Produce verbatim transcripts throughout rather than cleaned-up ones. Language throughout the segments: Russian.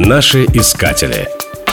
Наши искатели.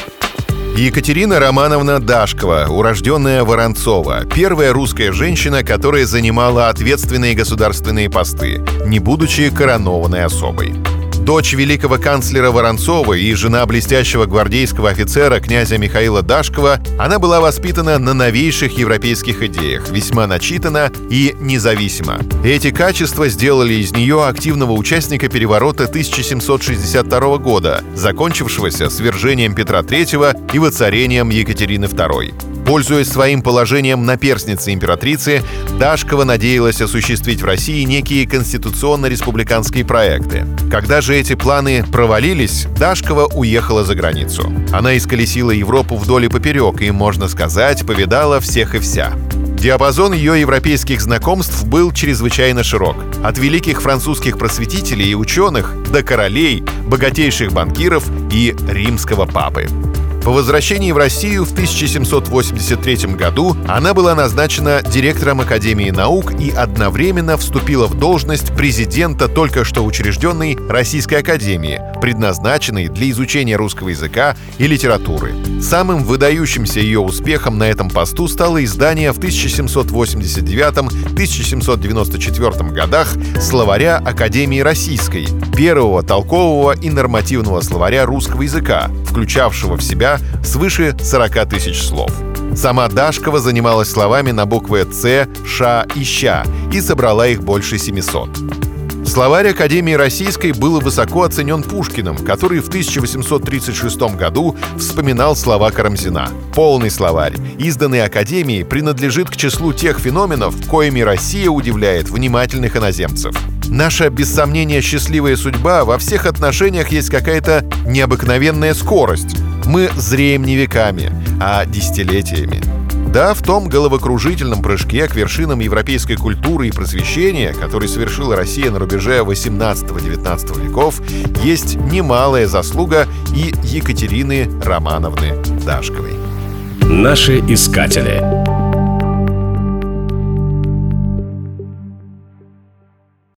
Екатерина Романовна Дашкова, урожденная Воронцова, первая русская женщина, которая занимала ответственные государственные посты, не будучи коронованной особой. Дочь великого канцлера Воронцова и жена блестящего гвардейского офицера князя Михаила Дашкова, она была воспитана на новейших европейских идеях, весьма начитана и независима. Эти качества сделали из нее активного участника переворота тысяча семьсот шестьдесят второго года, закончившегося свержением Петра Третьего и воцарением Екатерины Второй. Пользуясь своим положением наперсницы императрицы, Дашкова надеялась осуществить в России некие конституционно-республиканские проекты. Когда же эти планы провалились, Дашкова уехала за границу. Она исколесила Европу вдоль и поперек и, можно сказать, повидала всех и вся. Диапазон ее европейских знакомств был чрезвычайно широк. От великих французских просветителей и ученых до королей, богатейших банкиров и римского папы. По возвращении в Россию в тысяча семьсот восемьдесят третьем году она была назначена директором Академии наук и одновременно вступила в должность президента только что учрежденной Российской Академии, предназначенной для изучения русского языка и литературы. Самым выдающимся ее успехом на этом посту стало издание в тысяча семьсот восемьдесят девятом — тысяча семьсот девяносто четвёртом годах словаря Академии Российской, первого толкового и нормативного словаря русского языка, включавшего в себя свыше сорока тысяч слов. Сама Дашкова занималась словами на буквы «Ц», «Ш» и «Щ» и собрала их больше семисот. Словарь Академии Российской был высоко оценен Пушкиным, который в тысяча восемьсот тридцать шестом году вспоминал слова Карамзина. Полный словарь, изданный Академией, принадлежит к числу тех феноменов, коими Россия удивляет внимательных иноземцев. Наша, без сомнения, счастливая судьба во всех отношениях есть какая-то необыкновенная скорость. Мы зреем не веками, а десятилетиями. Да, в том головокружительном прыжке к вершинам европейской культуры и просвещения, который совершила Россия на рубеже восемнадцатого-девятнадцатого веков, есть немалая заслуга и Екатерины Романовны Дашковой. Наши искатели.